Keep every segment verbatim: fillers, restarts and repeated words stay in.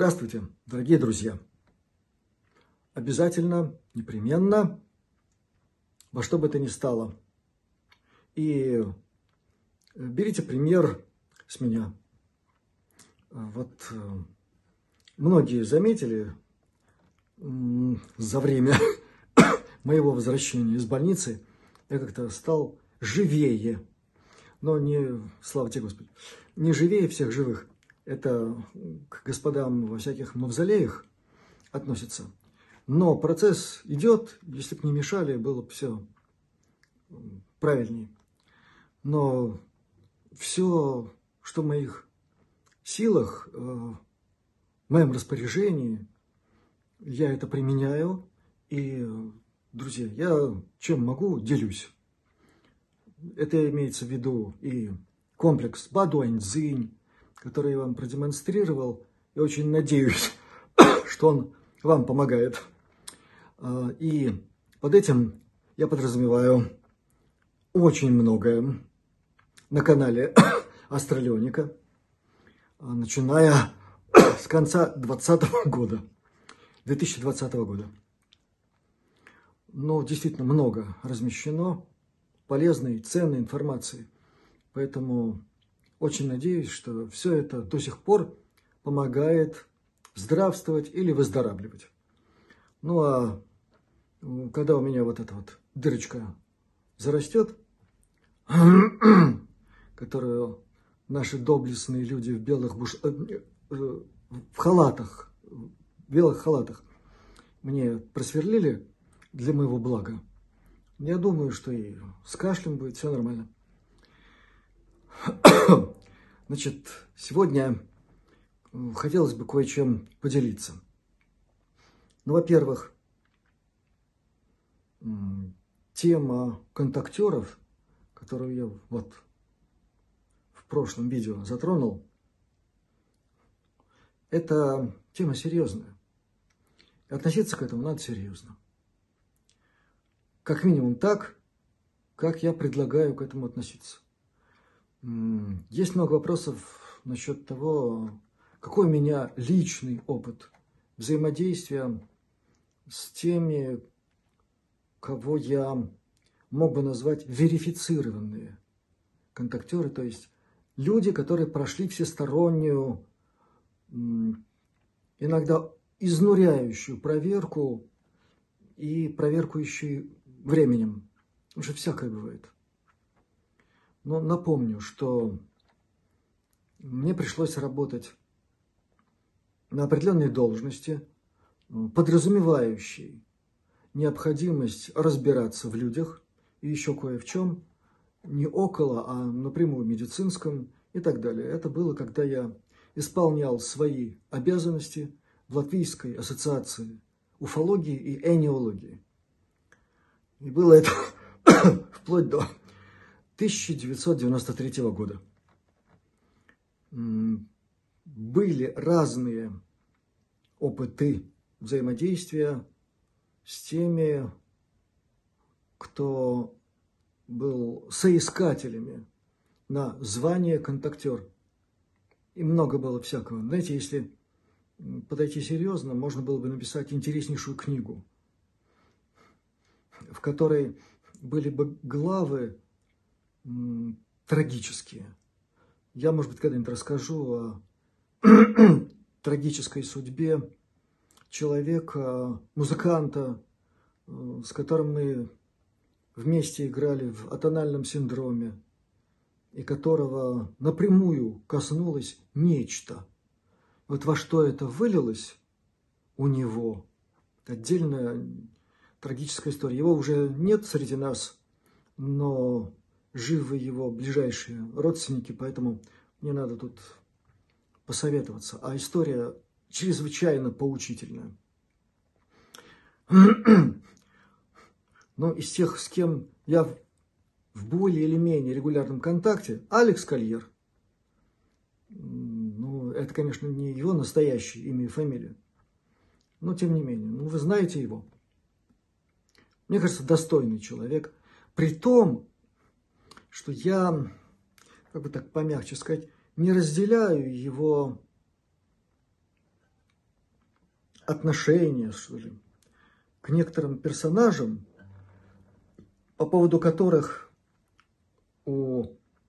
Здравствуйте, дорогие друзья! Обязательно, непременно, во что бы то ни стало. И берите пример с меня. Вот многие заметили за время моего возвращения из больницы, я как-то стал живее. Но не, слава тебе, Господи, не живее всех живых. Это к господам во всяких мавзолеях относится. Но процесс идет, если бы не мешали, было бы все правильнее. Но все, что в моих силах, в моем распоряжении, я это применяю. И, друзья, я чем могу, делюсь. Это имеется в виду и комплекс Бадуань-Цзинь, который я вам продемонстрировал, и очень надеюсь, что он вам помогает. И под этим я подразумеваю очень многое на канале Астралионика, начиная с конца двадцатого года, две тысячи двадцатого года. Ну, действительно много размещено полезной, ценной информации. Поэтому очень надеюсь, что все это до сих пор помогает здравствовать или выздоравливать. Ну, а когда у меня вот эта вот дырочка зарастет, которую наши доблестные люди в белых буш... в халатах, в белых халатах мне просверлили для моего блага, я думаю, что и с кашлем будет все нормально. Значит, сегодня хотелось бы кое-чем поделиться. Ну, во-первых, тема контактеров, которую я вот в прошлом видео затронул, это тема серьезная. И относиться к этому надо серьезно. Как минимум так, как я предлагаю к этому относиться. Есть много вопросов насчет того, какой у меня личный опыт взаимодействия с теми, кого я мог бы назвать верифицированные контактеры, то есть люди, которые прошли всестороннюю, иногда изнуряющую проверку и проверку еще и временем. Уже всякое бывает. Но напомню, что мне пришлось работать на определенной должности, подразумевающей необходимость разбираться в людях и еще кое в чем, не около, а напрямую медицинском и так далее. Это было, когда я исполнял свои обязанности в Латвийской ассоциации уфологии и энеологии. И было это вплоть до тысяча девятьсот девяносто третьего года. Были разные опыты взаимодействия с теми, кто был соискателями на звание контактер. И много было всякого. Знаете, если подойти серьезно, можно было бы написать интереснейшую книгу, в которой были бы главы трагические. Я, может быть, когда-нибудь расскажу о трагической судьбе человека, музыканта, с которым мы вместе играли в атональном синдроме, и которого напрямую коснулось нечто. Вот во что это вылилось у него, отдельная трагическая история. Его уже нет среди нас, но живы его ближайшие родственники, поэтому мне надо тут посоветоваться. А история чрезвычайно поучительная. Но из тех, с кем я в более или менее регулярном контакте, Алекс Кольер. Ну, это, конечно, не его настоящее имя и фамилия, но тем не менее, ну, вы знаете его. Мне кажется, достойный человек. При том, что я, как бы так помягче сказать, не разделяю его отношение, что ли, к некоторым персонажам, по поводу которых у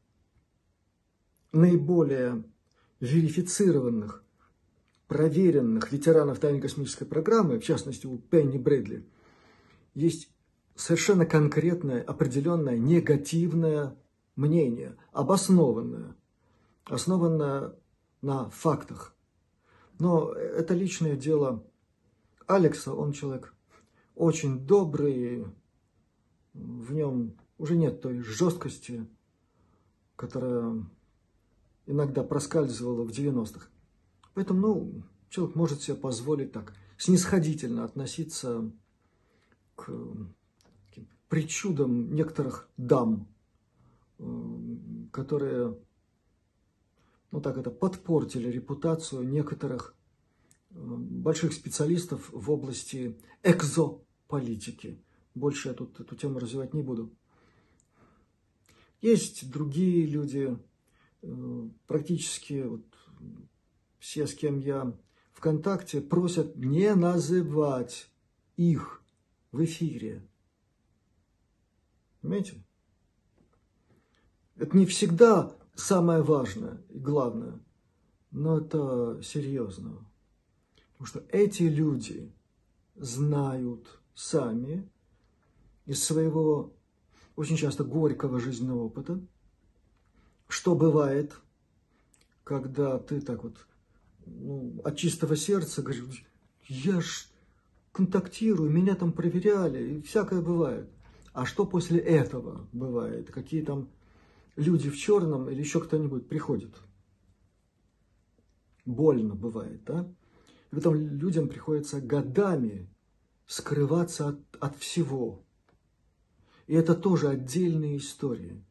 наиболее верифицированных, проверенных ветеранов тайной космической программы, в частности у Пенни Брэдли, есть совершенно конкретное, определенное негативное мнение, обоснованное, основанное на фактах. Но это личное дело Алекса, он человек очень добрый, в нем уже нет той жесткости, которая иногда проскальзывала в девяностых. Поэтому, ну, человек может себе позволить так снисходительно относиться к причудам некоторых дам, которые, ну так это, подпортили репутацию некоторых больших специалистов в области экзополитики. Больше я тут эту тему развивать не буду. Есть другие люди, практически вот все, с кем я в контакте, просят не называть их в эфире. Понимаете? Это не всегда самое важное и главное, но это серьезно. Потому что эти люди знают сами из своего очень часто горького жизненного опыта, что бывает, когда ты так вот, ну, от чистого сердца говоришь: я ж контактирую, меня там проверяли, и всякое бывает. А что после этого бывает? Какие там люди в черном или еще кто-нибудь приходят? Больно бывает, да? И потом людям приходится годами скрываться от, от всего. И это тоже отдельные истории.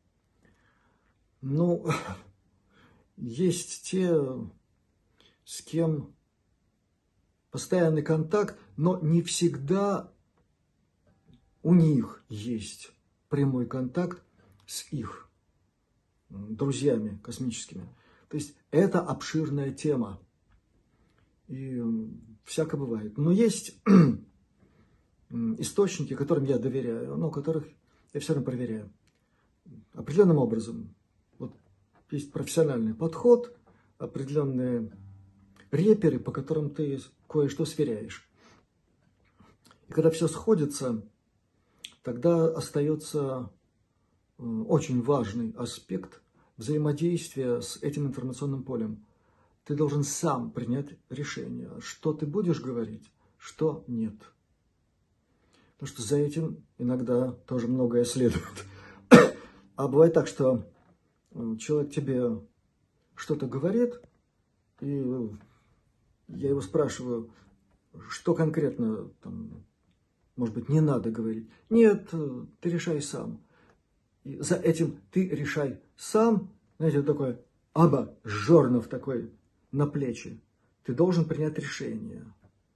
Ну, есть те, с кем постоянный контакт, но не всегда у них есть прямой контакт с их друзьями космическими. То есть это обширная тема. И всякое бывает. Но есть источники, которым я доверяю, но которых я все равно проверяю. Определенным образом. Вот есть профессиональный подход, определенные реперы, по которым ты кое-что сверяешь. И когда все сходится, тогда остается очень важный аспект взаимодействия с этим информационным полем. Ты должен сам принять решение, что ты будешь говорить, что нет. Потому что за этим иногда тоже многое следует. А бывает так, что человек тебе что-то говорит, и я его спрашиваю, что конкретно, там, может быть, не надо говорить. Нет, ты решай сам. И за этим ты решай сам, знаете, такой аба, жорнов такой на плечи. Ты должен принять решение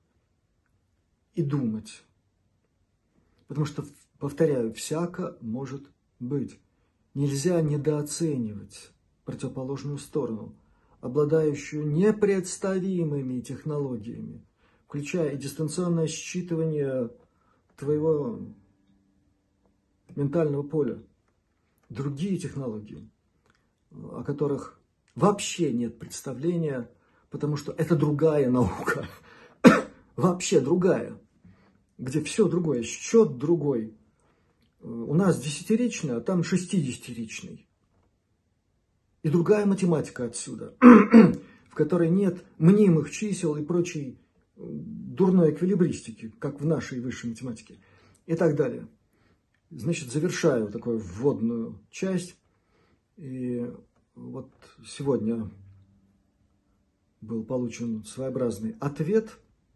и думать. Потому что, повторяю, всяко может быть. Нельзя недооценивать противоположную сторону, обладающую непредставимыми технологиями, включая и дистанционное считывание твоего ментального поля, другие технологии, о которых вообще нет представления, потому что это другая наука, вообще другая, где все другое, счет другой. У нас десятиричный, а там шестидесятиричный. И другая математика отсюда, в которой нет мнимых чисел и прочей дурной эквилибристики, как в нашей высшей математике, и так далее. Значит, завершаю такую вводную часть. И вот сегодня был получен своеобразный ответ.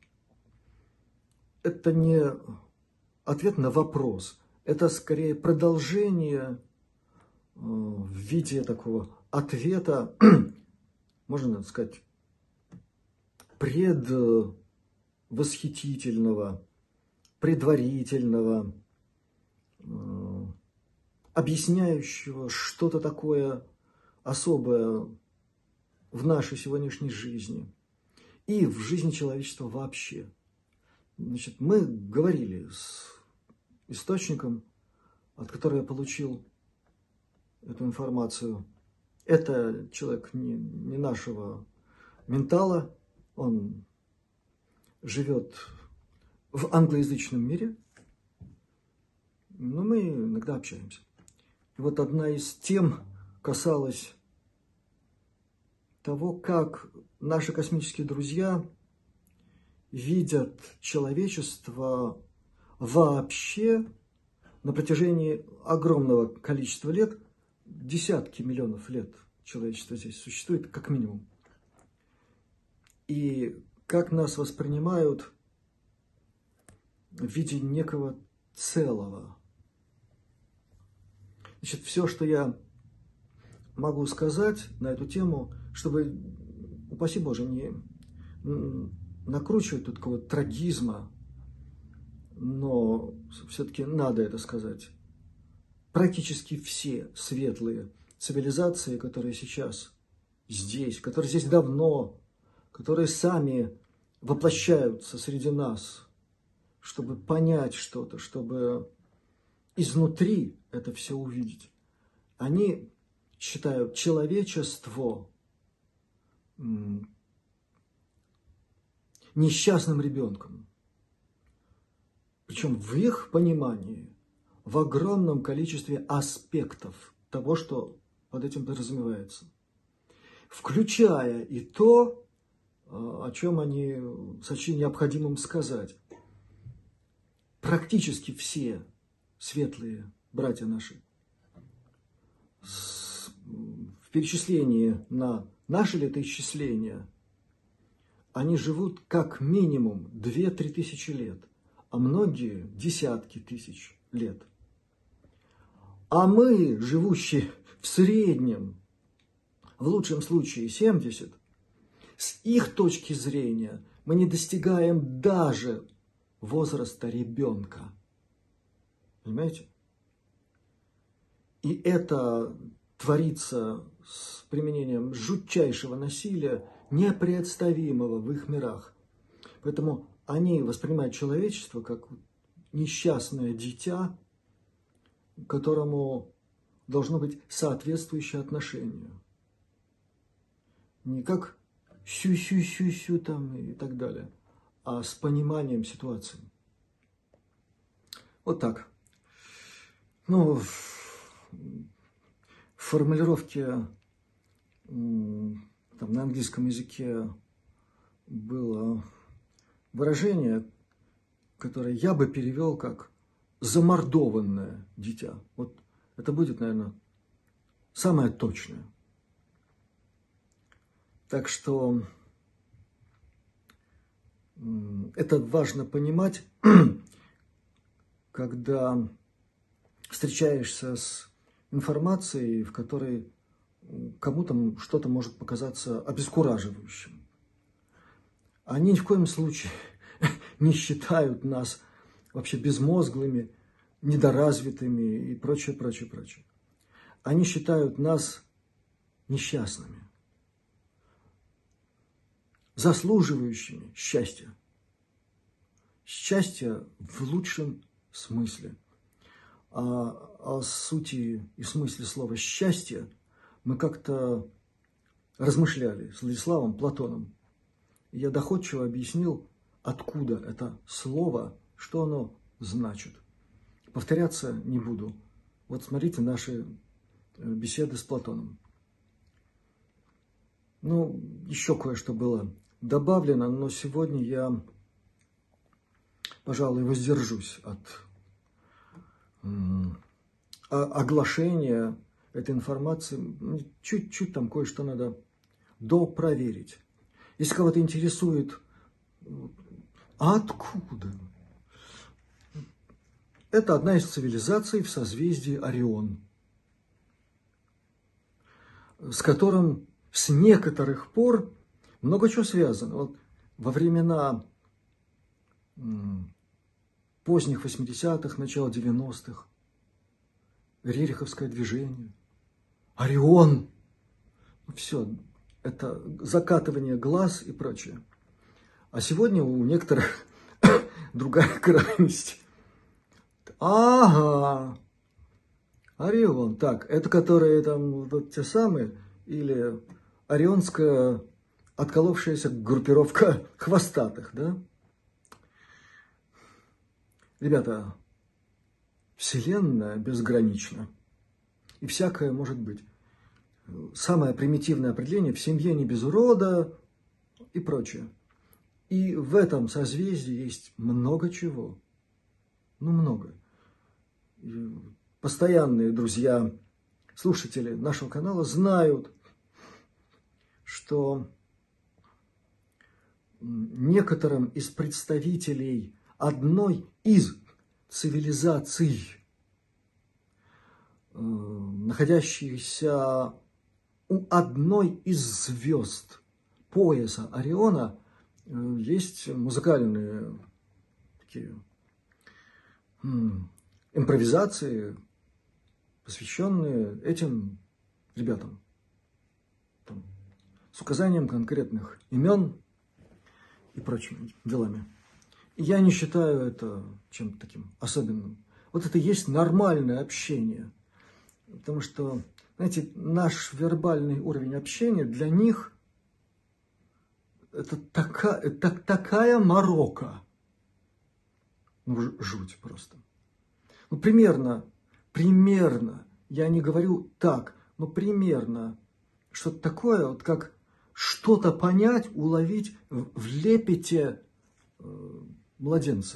Это не ответ на вопрос, это скорее продолжение в виде такого ответа, можно сказать, предвосхитительного, предварительного, объясняющего что-то такое особое в нашей сегодняшней жизни. и в жизни человечества вообще. Значит, мы говорили с источником, от которого я получил эту информацию. Это человек не, не нашего ментала, он живет в англоязычном мире, но мы иногда общаемся. И вот одна из тем касалась того, как наши космические друзья видят человечество вообще на протяжении огромного количества лет, десятки миллионов лет человечество здесь существует, как минимум. И как нас воспринимают в виде некого целого. Значит, все, что я могу сказать на эту тему, чтобы, упаси Боже, не накручивать тут какого-то трагизма, но все-таки надо это сказать. Практически все светлые цивилизации, которые сейчас здесь, которые здесь давно, которые сами воплощаются среди нас, чтобы понять что-то, чтобы изнутри это все увидеть, они считают человечество несчастным ребенком. Причем в их понимании, в огромном количестве аспектов того, что под этим подразумевается. Включая и то, о чем они сочли необходимым сказать. Практически все светлые братья наши в перечислении на наши летоисчисления, они живут как минимум две-три тысячи лет, а многие десятки тысяч лет. А мы, живущие в среднем, в лучшем случае семьдесят, с их точки зрения мы не достигаем даже возраста ребенка. Понимаете? И это творится с применением жутчайшего насилия, непредставимого в их мирах. Поэтому они воспринимают человечество как несчастное дитя, которому должно быть соответствующее отношение. Не как сю-сю-сю-сю там и так далее, а с пониманием ситуации. Вот так. Ну, в формулировке там, на английском языке было выражение, которое я бы перевел как «замордованное дитя». Вот это будет, наверное, самое точное. Так что это важно понимать, когда встречаешься с информацией, в которой кому-то что-то может показаться обескураживающим. Они ни в коем случае не считают нас вообще безмозглыми, недоразвитыми и прочее, прочее, прочее. Они считают нас несчастными, заслуживающими счастья. Счастье в лучшем смысле. А о сути и смысле слова «счастье» мы как-то размышляли с Владиславом Платоном. Я доходчиво объяснил, откуда это слово, что оно значит. Повторяться не буду. Вот смотрите наши беседы с Платоном. Ну, еще кое-что было добавлено, но сегодня я, пожалуй, воздержусь от оглашения этой информации. Чуть-чуть там кое-что надо допроверить. Если кого-то интересует, а откуда? Это одна из цивилизаций в созвездии Орион, с которым с некоторых пор много чего связано. Вот во времена поздних восьмидесятых, начала девяностых, Рериховское движение, Орион, все, это закатывание глаз и прочее. А сегодня у некоторых другая крайность. Ага, Орион. Так, это которые там вот те самые, или орионская отколовшаяся группировка хвостатых, да? Ребята, Вселенная безгранична, и всякое может быть. Самое примитивное определение: в семье не без урода и прочее. И в этом созвездии есть много чего. Ну, много. И постоянные друзья, слушатели нашего канала знают, что некоторым из представителей одной из цивилизаций, находящихся у одной из звезд пояса Ориона, есть музыкальные такие импровизации, посвященные этим ребятам, там, с указанием конкретных имен и прочими делами. И я не считаю это чем-то таким особенным. Вот это и есть нормальное общение. Потому что, знаете, наш вербальный уровень общения для них это такая, это такая морока. Ну, жуть просто. Ну, примерно, примерно, я не говорю так, но примерно что-то такое, вот как что-то понять, уловить в, в лепете э, младенца.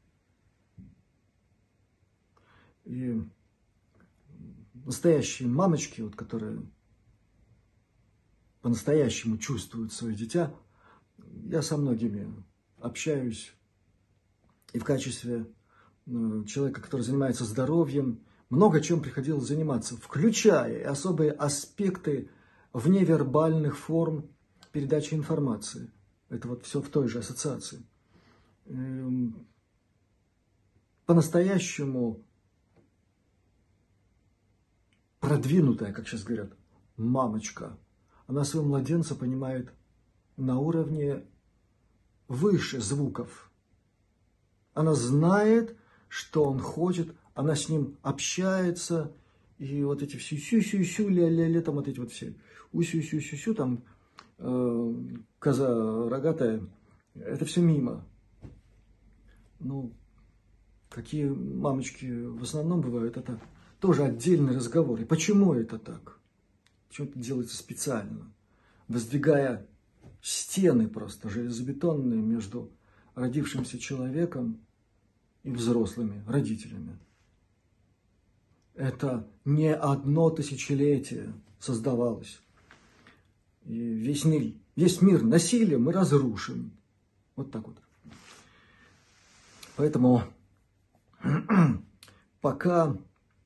И настоящие мамочки, вот, которые по-настоящему чувствуют свое дитя, я со многими общаюсь, и в качестве человека, который занимается здоровьем, много чем приходилось заниматься, включая и особые аспекты вневербальных форм передачи информации. Это вот все в той же ассоциации. По-настоящему продвинутая, как сейчас говорят, мамочка, она своего младенца понимает на уровне выше звуков. Она знает, что он хочет, она с ним общается, и вот эти все сю-сю-сю, ля-ля-ля, там вот эти вот все у-сю-сю-сю-сю, там э, коза рогатая, это все мимо. Ну, какие мамочки в основном бывают, это тоже отдельный разговор. И почему это так? Почему это делается специально? Воздвигая стены просто железобетонные между родившимся человеком и взрослыми родителями. Это не одно тысячелетие создавалось. И весь мир, весь мир насилием мы разрушим. Вот так вот. Поэтому пока,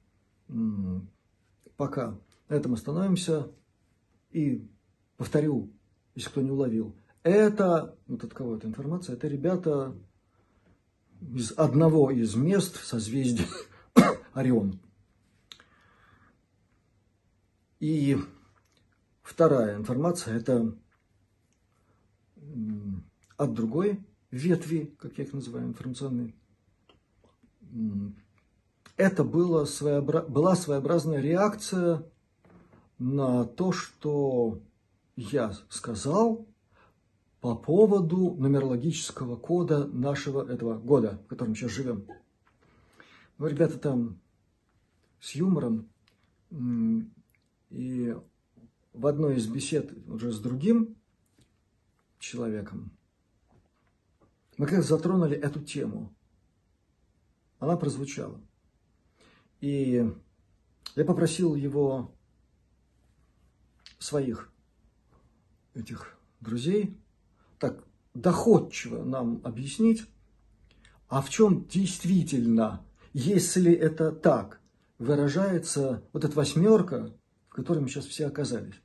пока на этом остановимся. И повторю, если кто не уловил, это, вот от кого эта информация, это ребята из одного из мест созвездия Орион. И вторая информация, это от другой ветви, как я их называю, информационной. Это было своеобра... была своеобразная реакция на то, что я сказал по поводу нумерологического кода нашего этого года, в котором сейчас живем. Ну, ребята там с юмором, и в одной из бесед уже с другим человеком мы как затронули эту тему. Она прозвучала. И я попросил его, своих этих друзей, так доходчиво нам объяснить, а в чем действительно, если это так, выражается вот эта восьмерка, в которой мы сейчас все оказались.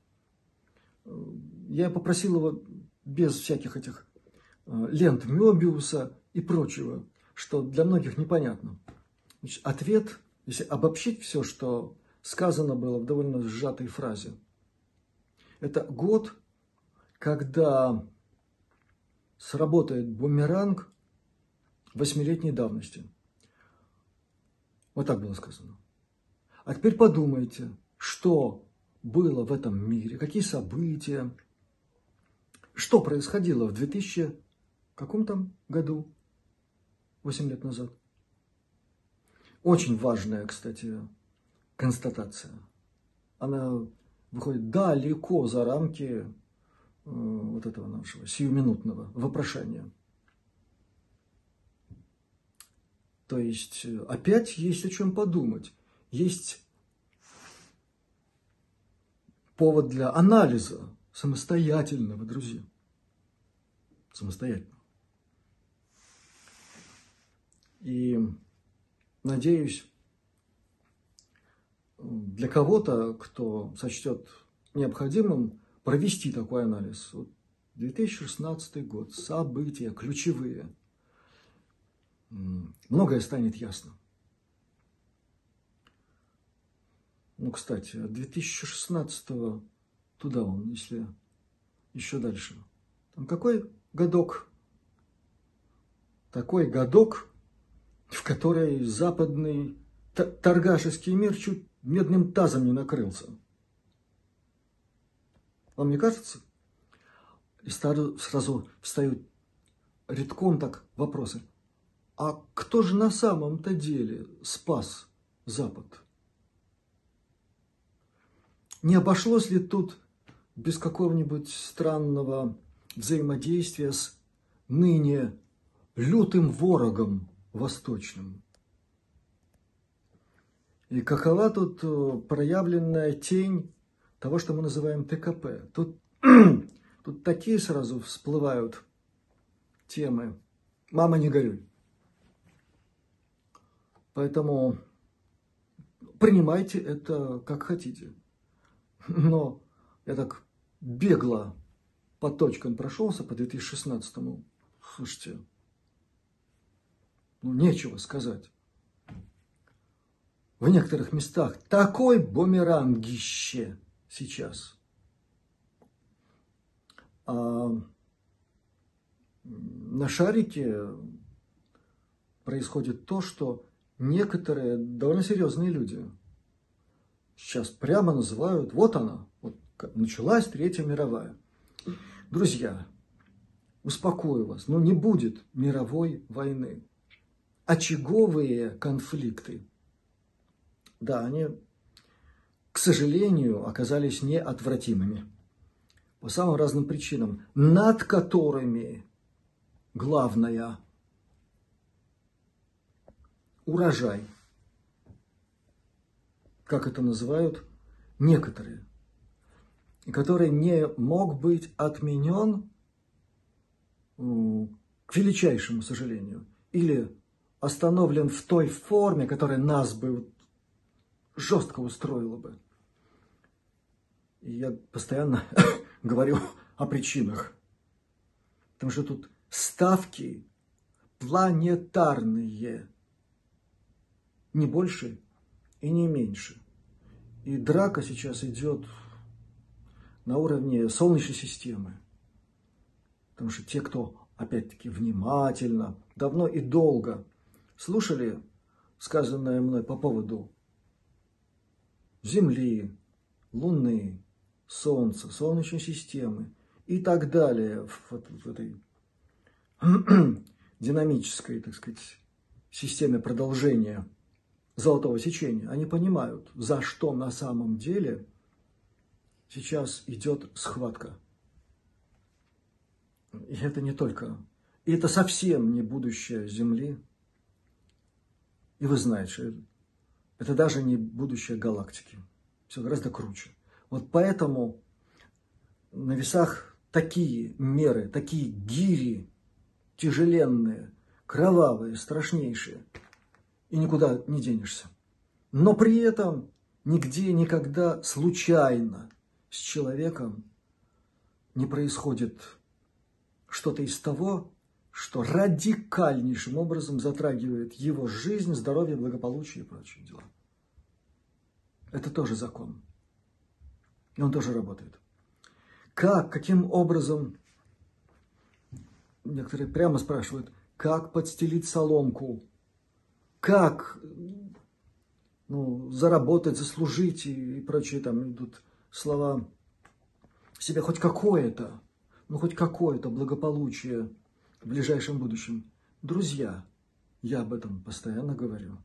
Я попросил его без всяких этих лент Мёбиуса и прочего, что для многих непонятно. Значит, ответ, если обобщить все, что сказано было в довольно сжатой фразе, это год, когда сработает бумеранг восьмилетней давности. Вот так было сказано. А теперь подумайте, что было в этом мире, какие события, что происходило в две тысячи каком там году, восемь лет назад. Очень важная, кстати, констатация. Она выходит далеко за рамки э, вот этого нашего сиюминутного вопрошания. То есть опять есть о чем подумать. Есть повод для анализа самостоятельного, друзья. Самостоятельно. И надеюсь, для кого-то, кто сочтет необходимым провести такой анализ. Вот две тысячи шестнадцатый год, события ключевые. Многое станет ясно. Ну, кстати, от две тысячи шестнадцатого туда он, если еще дальше. Там какой годок? Такой годок, в который западный торгашеский мир чуть медным тазом не накрылся. Вам не кажется? И сразу встают редком так вопросы. А кто же на самом-то деле спас Запад? Не обошлось ли тут без какого-нибудь странного взаимодействия с ныне лютым ворогом восточным? И какова тут проявленная тень того, что мы называем ТКП? Тут, тут такие сразу всплывают темы. Мама, не горюй. Поэтому принимайте это как хотите. Но я так бегло по точкам прошелся по две тысячи шестнадцатому. Слушайте, ну нечего сказать. В некоторых местах такой бумерангище сейчас. А на шарике происходит то, что некоторые довольно серьезные люди сейчас прямо называют, вот она, вот началась Третья мировая. Друзья, успокою вас, но не будет мировой войны. Очаговые конфликты, да, они, к сожалению, оказались неотвратимыми. По самым разным причинам, над которыми главное урожай. Как это называют некоторые, и который не мог быть отменен, к величайшему сожалению, или остановлен в той форме, которая нас бы жестко устроила бы. И я постоянно говорю о причинах, потому что тут ставки планетарные, не больше и не меньше. И драка сейчас идет на уровне Солнечной системы. Потому что те, кто, опять-таки, внимательно, давно и долго слушали сказанное мной по поводу Земли, Луны, Солнца, Солнечной системы и так далее в, в этой динамической, так сказать, системе продолжения золотого сечения, они понимают, за что на самом деле сейчас идет схватка. И это не только, и это совсем не будущее Земли. И вы знаете, что это, это даже не будущее галактики. Все гораздо круче. Вот поэтому на весах такие меры, такие гири тяжеленные, кровавые, страшнейшие. И никуда не денешься. Но при этом нигде, никогда случайно с человеком не происходит что-то из того, что радикальнейшим образом затрагивает его жизнь, здоровье, благополучие и прочие дела. Это тоже закон. И он тоже работает. Как, каким образом некоторые прямо спрашивают, как подстелить соломку, как ну, заработать, заслужить и, и прочие там идут слова себе хоть какое-то, ну хоть какое-то благополучие в ближайшем будущем. Друзья, я об этом постоянно говорю.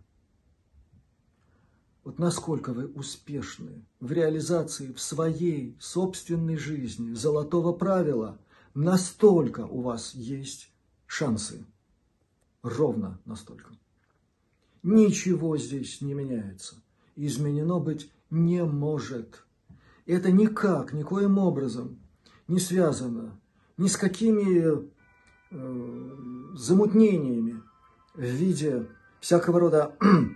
Вот насколько вы успешны в реализации в своей собственной жизни золотого правила, настолько у вас есть шансы. Ровно настолько. Ничего здесь не меняется. Изменено быть не может. Это никак, никоим образом не связано ни с какими э, замутнениями в виде всякого рода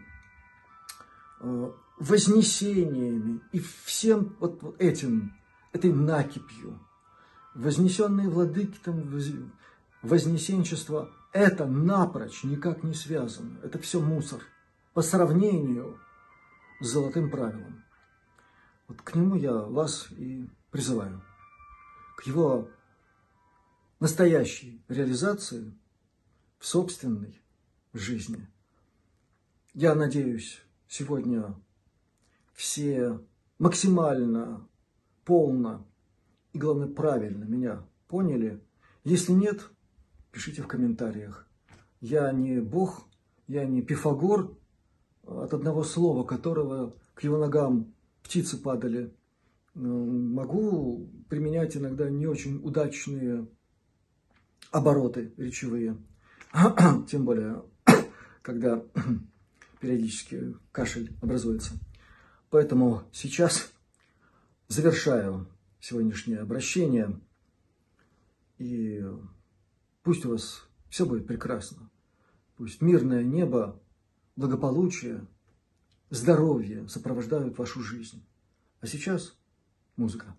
э, вознесениями и всем вот, вот этим, этой накипью. Вознесенные владыки, там, вознесенчество, это напрочь никак не связано. Это все мусор по сравнению с золотым правилом. Вот к нему я вас и призываю. К его настоящей реализации в собственной жизни. Я надеюсь, сегодня все максимально, полно и, главное, правильно меня поняли. Если нет, пишите в комментариях. Я не Бог, я не Пифагор, от одного слова которого к его ногам птицы падали. Могу применять иногда не очень удачные обороты речевые. Тем более, когда периодически кашель образуется. Поэтому сейчас завершаю сегодняшнее обращение. И пусть у вас все будет прекрасно. Пусть мирное небо, благополучие, здоровье сопровождают вашу жизнь. А сейчас музыка.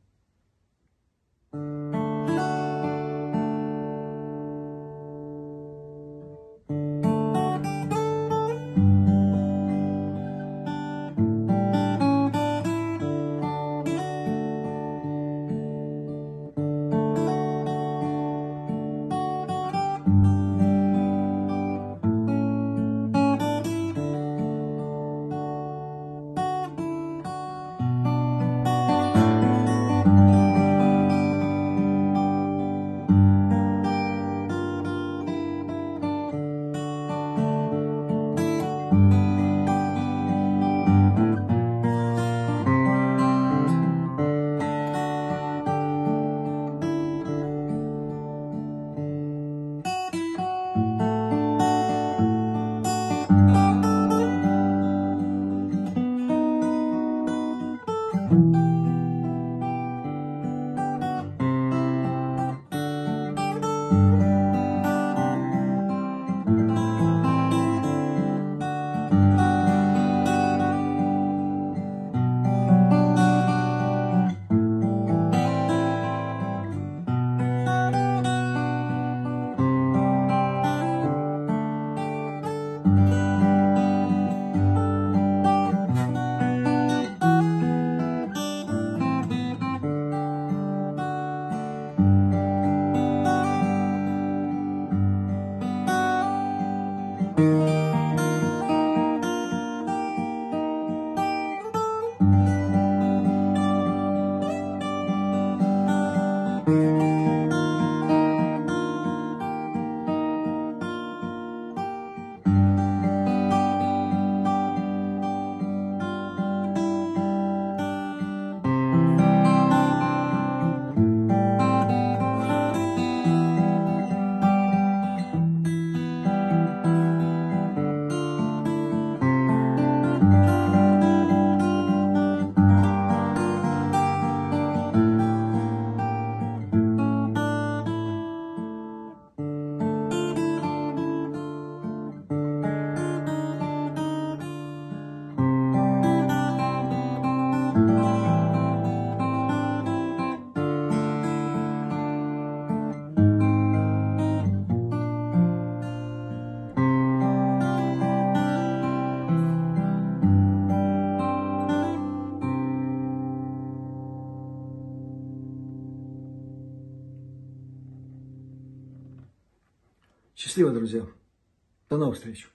Счастливо, друзья. До новых встреч.